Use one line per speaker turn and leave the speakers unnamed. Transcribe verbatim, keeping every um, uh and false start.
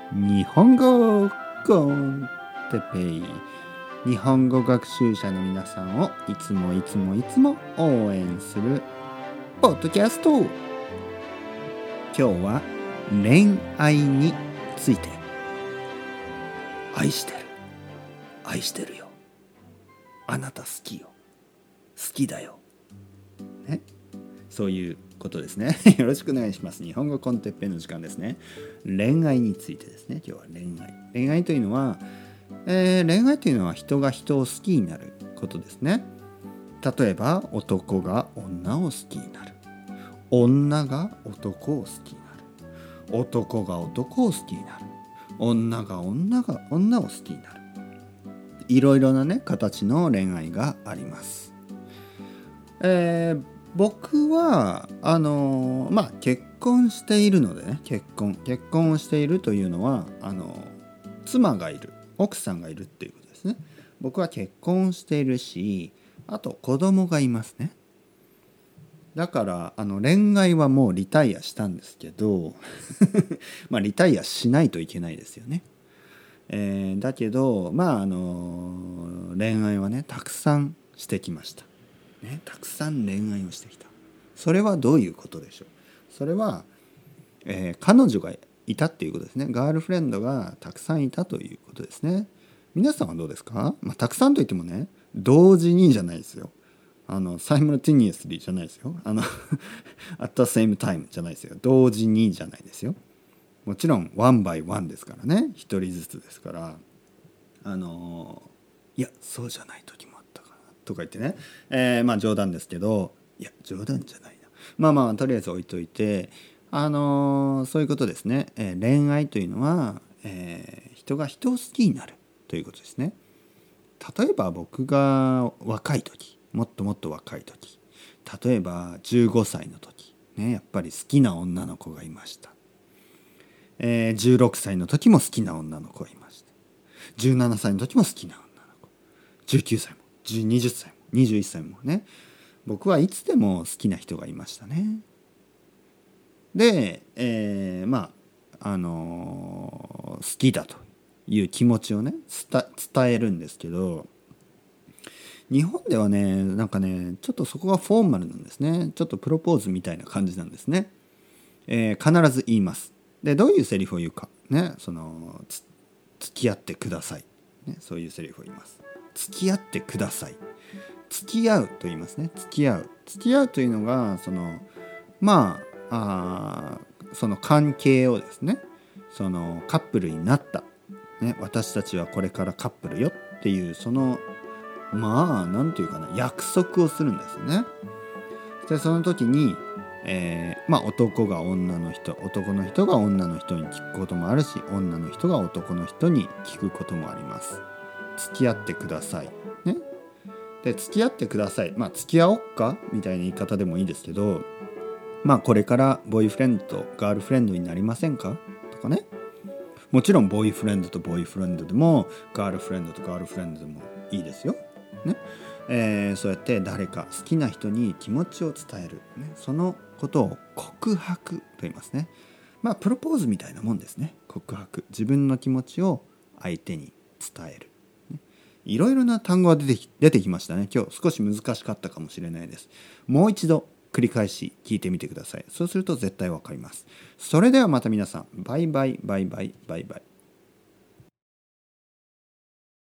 日本語コンテペイ。日本語学習者の皆さんをいつもいつもいつも応援するポッドキャスト。今日は恋愛について。愛してる愛してるよ、あなた好きよ、好きだよ、ね、そういうことですね。よろしくお願いします。日本語コンテッペイの時間ですね。恋愛についてですね。今日は恋愛恋愛というのは、えー、恋愛というのは人が人を好きになることですね。例えば男が女を好きになる、女が男を好きになる、男が男を好きになる、女が女が女を好きになる。いろいろなね形の恋愛があります。えー、僕はあのー、まあ結婚しているのでね、結婚結婚をしているというのはあのー、妻がいる、奥さんがいるっていうことですね。僕は結婚しているし、あと子供がいますね。だからあの恋愛はもうリタイアしたんですけどまあリタイアしないといけないですよね。えー、だけどまああの恋愛はねたくさんしてきました、ね、たくさん恋愛をしてきた。それはどういうことでしょう。それは、えー、彼女がいたっていうことですね。ガールフレンドがたくさんいたということですね。皆さんはどうですか？まあ、たくさんといってもね、同時にじゃないですよ。あのサイムルティニアスリーじゃないですよ。あのat the same time じゃないですよ。同時にじゃないですよ。もちろんワンバイワンですからね。一人ずつですから、あのいやそうじゃない時もあったかなとか言ってね、えー、まあ冗談ですけど、いや冗談じゃないな、まあまあとりあえず置いといて、あのそういうことですね。えー、恋愛というのは、えー、人が人を好きになるということですね。例えば僕が若い時、もっともっと若い時、例えばじゅうごさいの時ね、やっぱり好きな女の子がいました。えー、じゅうろくさいの時も好きな女の子がいました。じゅうななさいの時も好きな女の子、じゅうきゅうさいもにじゅっさいもにじゅういっさいもね、僕はいつでも好きな人がいましたね。で、えー、まああのー、好きだという気持ちをね伝えるんですけど、日本ではねなんかねちょっとそこがフォーマルなんですね。ちょっとプロポーズみたいな感じなんですね。えー、必ず言います。でどういうセリフを言うかね、そのつ付き合ってください、ね、そういうセリフを言います。付き合ってください、付き合うと言いますね。付き合う付き合うというのがそのまあ、あその関係をですね、そのカップルになった、ね、私たちはこれからカップルよっていうそのまあなんていうかな、約束をするんですね。でその時に、えー、まあ男が女の人、男の人が女の人に聞くこともあるし、女の人が男の人に聞くこともあります。付き合ってくださいね。で付き合ってください、まあ付き合おっかみたいな言い方でもいいですけど、まあこれからボーイフレンドとガールフレンドになりませんかとかね。もちろんボーイフレンドとボーイフレンドでもガールフレンドとガールフレンドでもいいですよ、ね。えー、そうやって誰か好きな人に気持ちを伝える、ね、そのことを告白と言いますね。まあプロポーズみたいなもんですね。告白、自分の気持ちを相手に伝える、ね、いろいろな単語が出てき、出てきましたね。今日少し難しかったかもしれないです。もう一度繰り返し聞いてみてください。そうすると絶対わかります。それではまた皆さん、バイバイバイバイバイバイ。